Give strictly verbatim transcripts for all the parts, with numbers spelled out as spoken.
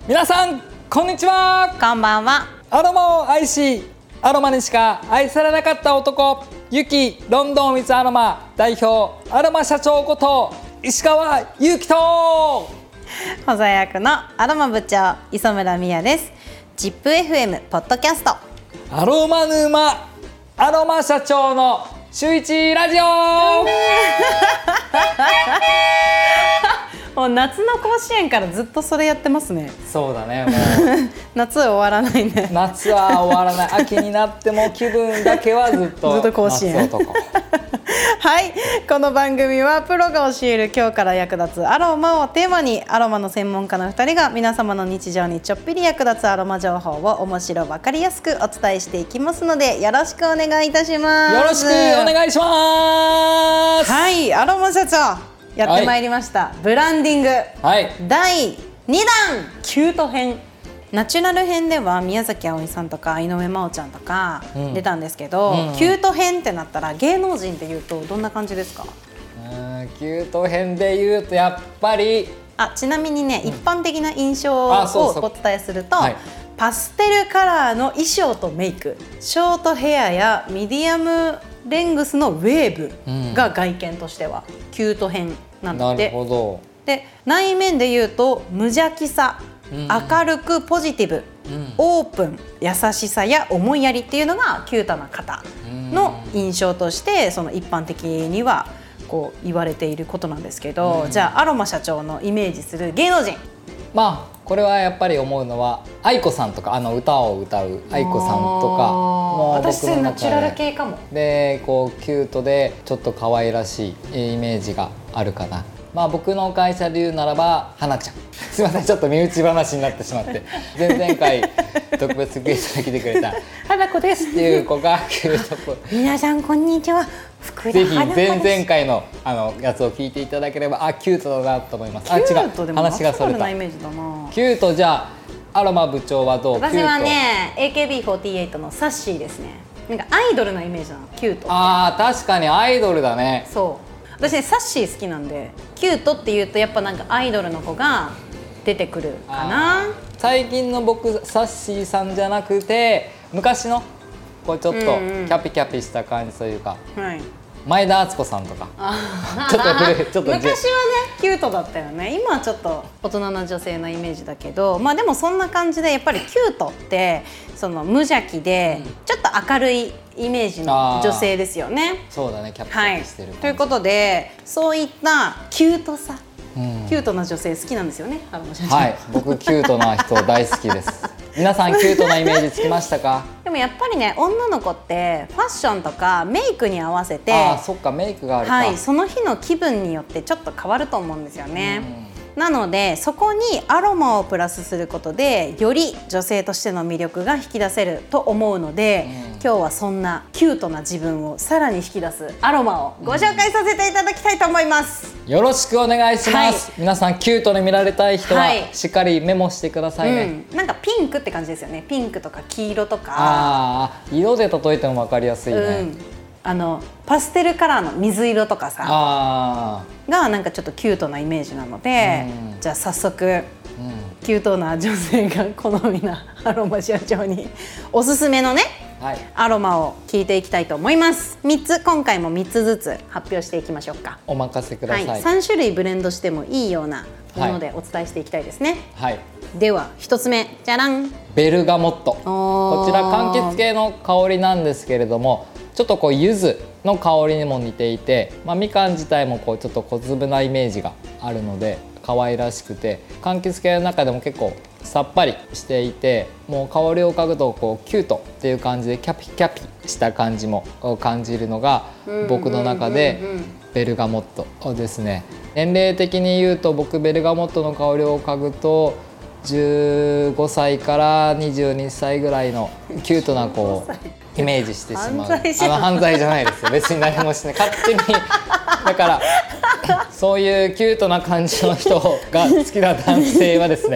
皆さんこんにちは。 こんばんは。 アロマを愛しアロマにしか愛されなかった男、ユキロンドンウィズアロマ代表アロマ社長こと石川祐希と補佐役のアロマ部長磯村美也です。 ジップエフエム ポッドキャストアロマ沼アロマ社長の週一ラジオもう夏の甲子園からずっとそれやってますね。 そうだね、もう夏は終わらないね。 夏は終わらない。秋になっても気分だけはずっとずっと甲子園夏男はい、この番組はプロが教える今日から役立つアロマをテーマに、アロマの専門家のふたりが皆様の日常にちょっぴり役立つアロマ情報を面白分かりやすくお伝えしていきますので、よろしくお願いいたします。 よろしくお願いします。 はい、アロマ社長やってまいりました、はい、ブランディング、はい、だいにだんキュート編。ナチュラル編では宮崎あおいさんとか井上真央ちゃんとか出たんですけど、うんうん、キュート編ってなったら芸能人でいうとどんな感じですか？ うん、キュート編でいうとやっぱりあ、ちなみにね、うん、一般的な印象をお伝えすると、はい、パステルカラーの衣装とメイク、ショートヘアやミディアムレングスのウェーブが外見としてはキュート編なんだって。 なるほど。 で、内面でいうと無邪気さ、うん、明るくポジティブ、うん、オープン、優しさや思いやりっていうのがキュートな方の印象としてその一般的にはこう言われていることなんですけど、うん、じゃあアロマ社長のイメージする芸能人、 まあこれはやっぱり思うのは愛子さんとか、あの歌を歌う愛子さんとかも私僕の中でナチュラル系かもで、こうキュートでちょっと可愛らしいイメージがあるかな。まあ僕の会社で言うならば花ちゃんすいません、ちょっと身内話になってしまって前々回特別ゲストに来てくれた花子ですっていう子がキュート子皆さんこんにちは、福田花子です。 ぜひ前々回のあのやつを聞いていただければ、あ、キュートだなと思います。あ、違う、話がそれた。キュート。じゃあアロマ部長はどう？ 私はね エーケービーフォーティーエイト のサッシーですね。なんかアイドルなイメージなの、キュートって。 あー、確かにアイドルだね。 そう、私ねサッシー好きなんで、キュートっていうとやっぱなんかアイドルの子が出てくるかな。 最近の僕サッシーさんじゃなくて昔のこうちょっとキャピキャピした感じというか、うんうん、前田敦子さんとかちょっと古いちょっと昔はねキュートだったよね。今はちょっと大人な女性のイメージだけど、まあでもそんな感じでやっぱりキュートってその無邪気でちょっと明るいイメージの女性ですよね。 そうだね、キャピキャピしてる、はい、 ということでそういったキュートさ、うん、キュートな女性好きなんですよね、アロマ社長。 はい、僕キュートな人大好きです皆さんキュートなイメージつきましたか？ でもやっぱりね、女の子ってファッションとかメイクに合わせて、 あ、そっか、メイクがあるか、 はい、その日の気分によってちょっと変わると思うんですよね。うん、なのでそこにアロマをプラスすることでより女性としての魅力が引き出せると思うので、うん、今日はそんなキュートな自分をさらに引き出すアロマをご紹介させていただきたいと思います。 うん、よろしくお願いします。はい、皆さんキュートに見られたい人はしっかりメモしてくださいね。はい、うん、なんかピンクって感じですよね。ピンクとか黄色とか、 あ、色で例えても分かりやすいね。うん、 あのパステルカラーの水色とかさあがなんかちょっとキュートなイメージなので、うん、じゃあ早速、うん、キュートな女性が好みなアロマ社長におすすめのね、はい、アロマを聞いていきたいと思います。みっつ、今回もみっつずつ発表していきましょうか。 お任せください。はい、 さんしゅるいブレンドしてもいいようなものでお伝えしていきたいですね。 はい、 ではひとつめ、じゃらん、 ベルガモット。こちら柑橘系の香りなんですけれども、ちょっとこう柚子の香りにも似ていて、まあ、みかん自体もこうちょっと小粒なイメージがあるので可愛らしくて、柑橘系の中でも結構さっぱりしていて、もう香りを嗅ぐとこうキュートっていう感じでキャピキャピした感じも感じるのが僕の中でベルガモットですね。年齢的に言うと僕ベルガモットの香りを嗅ぐとじゅうごさいからにじゅうにさいぐらいのキュートなこうイメージしてしまう。 犯罪じゃん。 あの犯罪じゃないですよ、別に何もしてない、勝手にだからそういうキュートな感じの人が好きな男性はですね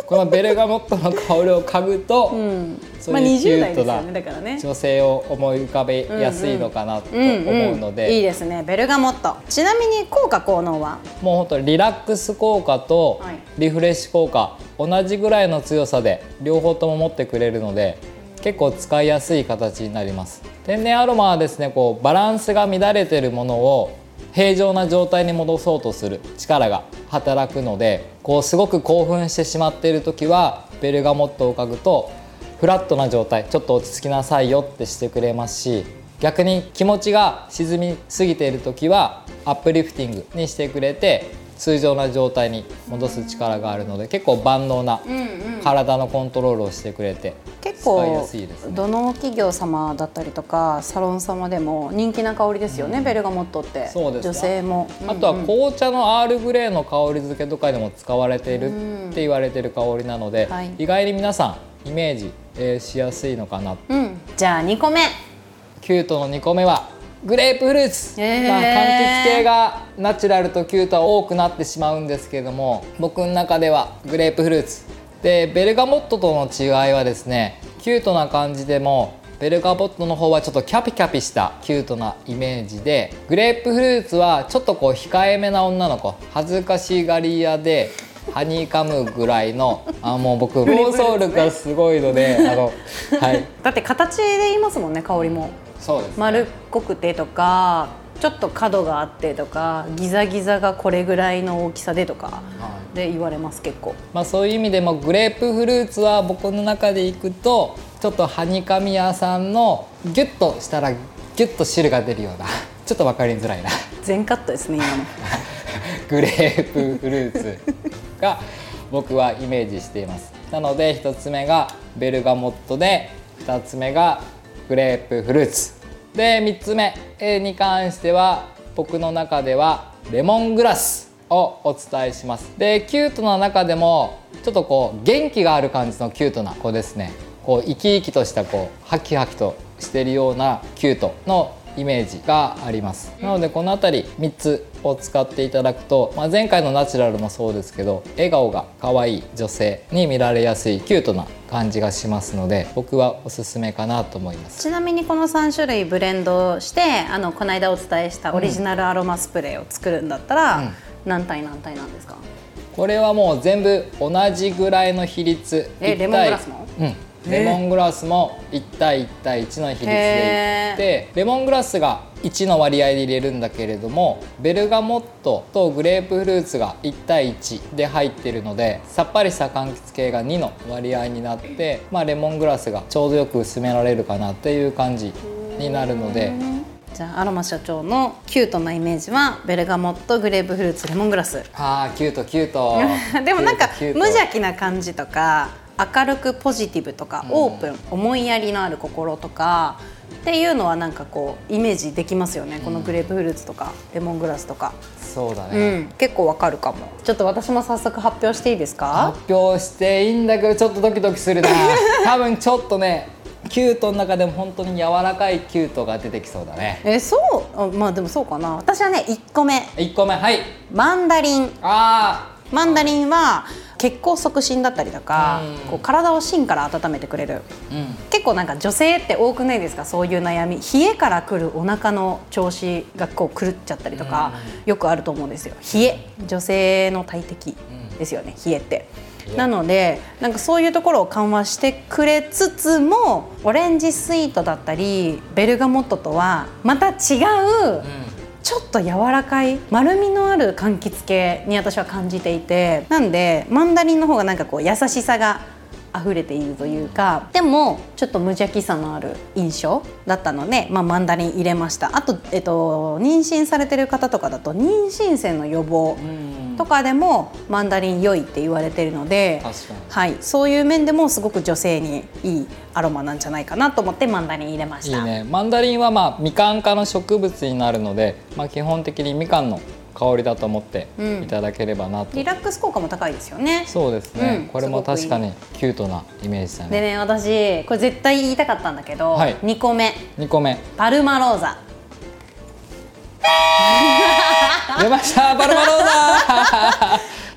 このベルガモットの香りを嗅ぐと、うん、そういうキュートな女性を思い浮かべやすいのかなと思うので、 いいですね、ベルガモット。ちなみに効果効能はもう本当にリラックス効果とリフレッシュ効果、同じぐらいの強さで両方とも持ってくれるので結構使いやすい形になります。天然アロマはですね、こうバランスが乱れているものを平常な状態に戻そうとする力が働くので、こうすごく興奮してしまっている時はベルガモットを嗅ぐとフラットな状態、ちょっと落ち着きなさいよってしてくれますし、逆に気持ちが沈みすぎている時はアップリフティングにしてくれて通常な状態に戻す力があるので、結構万能な体のコントロールをしてくれて使いやすいですね。 どの企業様だったりとかサロン様でも人気な香りですよね、うん、ベルガモットって。 そうです。 女性も、 あとは紅茶のアールグレーの香り付けとかでも使われているって言われている香りなので、うん、はい、意外に皆さんイメージ、えー、しやすいのかな、 うん、じゃあにこめ、 キュートのにこめはグレープフルーツ、えーまあ、柑橘系がナチュラルとキュートは多くなってしまうんですけれども、僕の中ではグレープフルーツで、ベルガモットとの違いはですね、キュートな感じでもベルガモットの方はちょっとキャピキャピしたキュートなイメージで、グレープフルーツはちょっとこう控えめな女の子、恥ずかしがり屋でハニーカムぐらいのあもう僕妄想力がすごいのであの、はい、 だって形で言いますもんね、香りも。 そうですね、 丸っこくてとかちょっと角があってとかギザギザがこれぐらいの大きさでとかで言われます結構、 まあ、そういう意味でもグレープフルーツは僕の中でいくとちょっとハニカミ屋さんのギュッとしたらギュッと汁が出るようなちょっと分かりづらいな全カットですね今のグレープフルーツが僕はイメージしています。なのでひとつめがベルガモットで、ふたつめがグレープフルーツで、みっつめに関しては僕の中ではレモングラスをお伝えします。でキュートな中でもちょっとこう元気がある感じのキュートな子ですね。こう生き生きとしたこうハキハキとしているようなキュートのイメージがあります。なのでこの辺りみっつを使っていただくと、まあ、前回のナチュラルもそうですけど笑顔が可愛い女性に見られやすいキュートな感じがしますので、僕はおすすめかなと思います。 ちなみにこのさんしゅるいブレンドしてあのこの間お伝えしたオリジナルアロマスプレーを作るんだったら、うん、何対何対なんですか？ これはもう全部同じぐらいの比率。 えレモングラスも？ うん、レモングラスもいち対いち対いちの比率でいって、レモングラスがいちの割合で入れるんだけれども、ベルガモットとグレープフルーツがいち対いちで入っているので、さっぱりした柑橘系がにの割合になって、まあ、レモングラスがちょうどよく薄められるかなっていう感じになるので。 じゃあアロマ社長のキュートなイメージはベルガモット、グレープフルーツ、レモングラス。 あーキュートキュートでもなんか無邪気な感じとか明るくポジティブとか、うん、オープン、思いやりのある心とかっていうのはなんかこうイメージできますよね、うん、このグレープフルーツとかレモングラスとか。 そうだね、 うん、結構わかるかも。ちょっと私も早速発表していいですか？ 発表していいんだけどちょっとドキドキするな多分ちょっとねキュートの中でも本当に柔らかいキュートが出てきそうだね。 えそうあまあでもそうかな。私はねいっこめいっこめはいマンダリン。 あーマンダリンは血行促進だったりとか、こう体を芯から温めてくれる、うん、結構なんか女性って多くないですか、そういう悩み。冷えからくるお腹の調子がこう狂っちゃったりとか、うん、よくあると思うんですよ。冷え女性の大敵ですよね、冷えって。なのでなんかそういうところを緩和してくれつつも、オレンジスイートだったりベルガモットとはまた違う、うんちょっと柔らかい丸みのある柑橘系に私は感じていて、なんでマンダリンの方がなんかこう優しさが溢れているというか、でもちょっと無邪気さのある印象だったので、まあ、マンダリン入れました。あと、えっと、妊娠されてる方とかだと妊娠線の予防とかでもマンダリン良いって言われてるので、はい、そういう面でもすごく女性にいいアロマなんじゃないかなと思ってマンダリン入れました。 いいね。マンダリンはまあみかん科の植物になるので、まあ、基本的にみかんの香りだと思っていただければなと、 うん、リラックス効果も高いですよね。 そうですね、うん、これも確かにキュートなイメージだね。 でね、私これ絶対言いたかったんだけど、はい、にこめにこめパルマローザ出ましたパルマローザ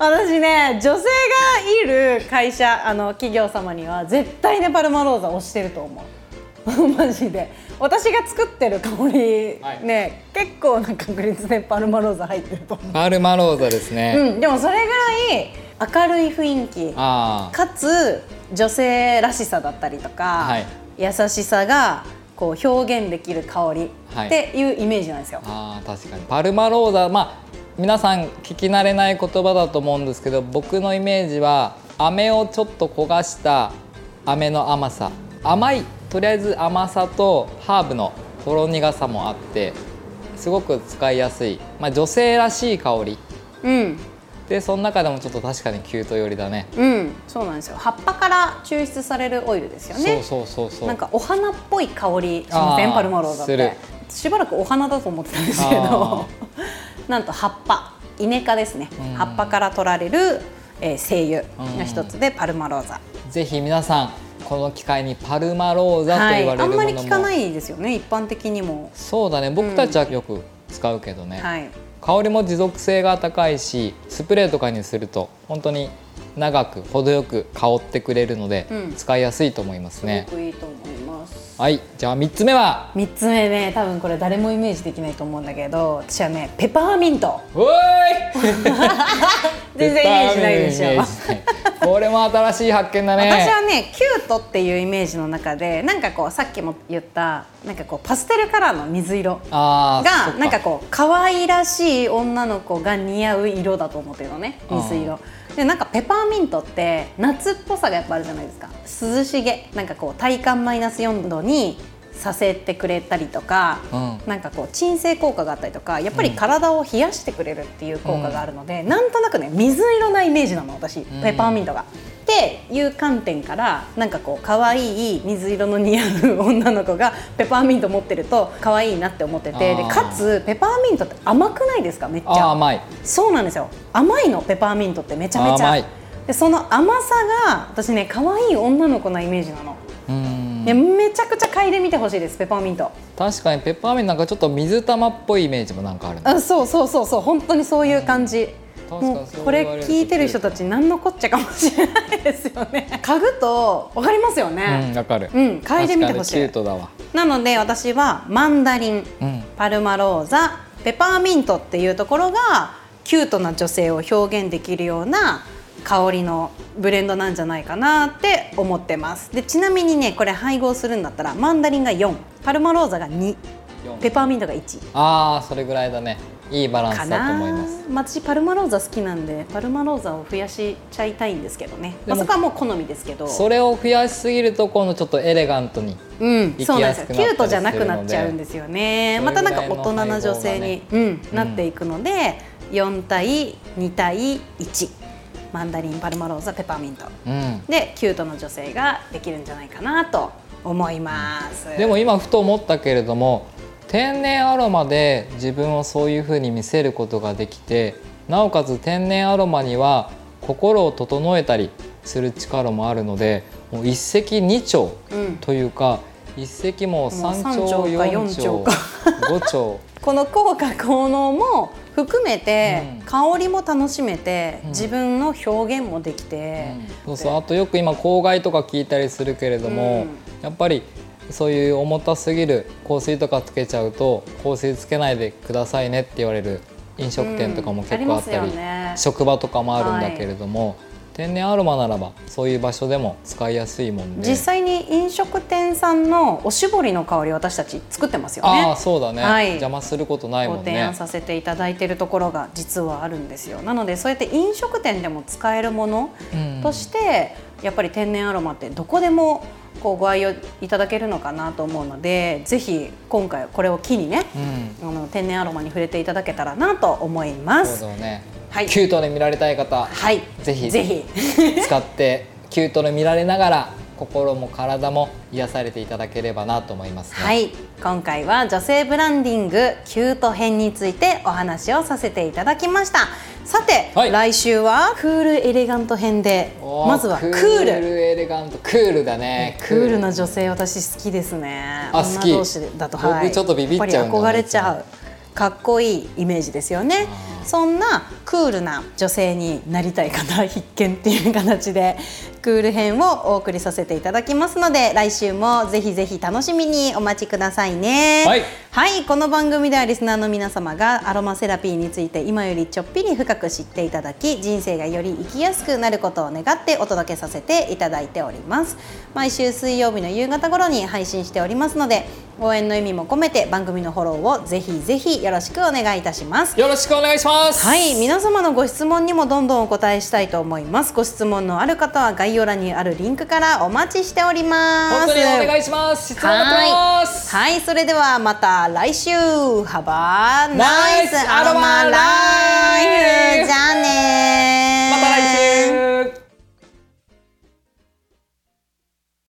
私ね、女性がいる会社、あの企業様には絶対ねパルマローザ推してると思うマジで。私が作ってる香り、はい、ね、結構な確率でパルマローザ入ってると思う。 パルマローザですね、 うん、でもそれぐらい明るい雰囲気かつ女性らしさだったりとか、はい、優しさがこう表現できる香りっていうイメージなんですよ、はい、 あ、確かにパルマローザ、まあ皆さん聞き慣れない言葉だと思うんですけど、僕のイメージは飴をちょっと焦がした飴の甘さ、甘い、とりあえず甘さとハーブのほろ苦さもあってすごく使いやすい、まあ、女性らしい香り、うん、でその中でもちょっと確かにキュート寄りだね。 うん、そうなんですよ。葉っぱから抽出されるオイルですよね。 そうそうそうそう。 なんかお花っぽい香りしません？パルマローザって。しばらくお花だと思ってたんですけどなんと葉っぱ、イネ科ですね、うん、葉っぱから取られる、えー、精油の一つでパルマローザ、 うん、ぜひ皆さんこの機会にパルマローザと言われるものも、 はい、あんまり聞かないですよね、一般的にも。 そうだね、僕たちはよく使うけどね、うん、はい、香りも持続性が高いし、スプレーとかにすると本当に長く程よく香ってくれるので、うん、使いやすいと思いますね。 すごくいいと思います。 はい、じゃあみっつめは？ みっつめね、多分これ誰もイメージできないと思うんだけど、私はねペパーミント。 おーい全然イメージないでしょこれも新しい発見だね。 私はね、キュートっていうイメージの中で、なんかこうさっきも言ったなんかこうパステルカラーの水色がなんかこう可愛らしい女の子が似合う色だと思ってるのね、水色で。なんかペパーミントって夏っぽさがやっぱあるじゃないですか。涼しげ、なんかこう体感マイナスよんどにさせてくれたりとか、うん、なんかこう鎮静効果があったりとか、やっぱり体を冷やしてくれるっていう効果があるので、うん、なんとなくね水色なイメージなの私、ペパーミントが。っていう観点から、なんかこう可愛い水色の似合う女の子がペパーミント持ってると可愛いなって思ってて、でかつペパーミントって甘くないですか？めっちゃ甘い。 そうなんですよ、甘いのペパーミントってめちゃめちゃ甘い。でその甘さが私ね可愛い女の子のイメージなの。うん、でめちゃくちゃ嗅いでみてほしいです、ペパーミント。 確かにペパーミントなんかちょっと水玉っぽいイメージもなんかある、ね、あ、 そうそうそうそう、本当にそういう感じ。もうこれ聞いてる人たち何のこっちゃかもしれないですよね。嗅ぐと分かりますよね。 うん、分かる。 うん、嗅いでみてほしい。 キュートだわ。 なので私はマンダリン、うん、パルマローザ、ペパーミントっていうところがキュートな女性を表現できるような香りのブレンドなんじゃないかなって思ってます。でちなみにね、これ配合するんだったらマンダリンがよん、パルマローザがに、ペパーミントがいち。 ああ、それぐらいだね。いいバランスだと思います。 私パルマローザ好きなんでパルマローザを増やしちゃいたいんですけどね、まあ、そこはもう好みですけど、 それを増やしすぎると今度ちょっとエレガントにいきやすくなったりするので、うん、そうなんですよ、キュートじゃなくなっちゃうんですよね。またなんか大人な女性に、うん、なっていくので、よん対に対いち、マンダリン、パルマローザ、ペパーミント、うん、でキュートの女性ができるんじゃないかなと思います。でも今ふと思ったけれども、天然アロマで自分をそういう風に見せることができて、なおかつ天然アロマには心を整えたりする力もあるので、もう一石二鳥というか、うん、一石も三鳥四鳥五鳥この効果効能も含めて、うん、香りも楽しめて、うん、自分の表現もできて、 うん、そうそう、あとよく今香害とか聞いたりするけれども、うん、やっぱりそういう重たすぎる香水とかつけちゃうと、香水つけないでくださいねって言われる飲食店とかも結構あったり、うんね、職場とかもあるんだけれども、はい、天然アロマならばそういう場所でも使いやすいもんで、 実際に飲食店さんのおしぼりの香り私たち作ってますよね。 ああ、そうだね、はい、邪魔することないもんね。 ご提案させていただいているところが実はあるんですよ。なのでそうやって飲食店でも使えるものとして、うん、やっぱり天然アロマってどこでもこうご愛用いただけるのかなと思うので、ぜひ今回これを機にね、うん、あの天然アロマに触れていただけたらなと思います。 そうだね、はい、キュートで見られたい方、 はい、 ぜひぜひ使ってキュートで見られながら心も体も癒されていただければなと思いますね。 はい、今回は女性ブランディングキュート編についてお話をさせていただきました。さて、はい、来週はクールエレガント編で、まずはクール。クールエレガント、クールだね。 クールな女性私好きですね。 あ、好き。 女同士だと、はい、 僕ちょっとビビっちゃうんだ。 やっぱり憧れちゃう。かっこいいイメージですよね。 そんなクールな女性になりたい方必見っていう形でクール編をお送りさせていただきますので、来週もぜひぜひ楽しみにお待ちくださいね。 はい、 はい、この番組ではリスナーの皆様がアロマセラピーについて今よりちょっぴり深く知っていただき、人生がより生きやすくなることを願ってお届けさせていただいております。毎週水曜日の夕方頃に配信しておりますので、応援の意味も込めて番組のフォローをぜひぜひよろしくお願いいたします。 よろしくお願いします。 はい、皆様のご質問にもどんどんお答えしたいと思います。ご質問のある方は概要欄にあるリンクからお待ちしております。 本当にお願いします。質問待ってます。 はい、はい、それではまた来週。Have a nice アロ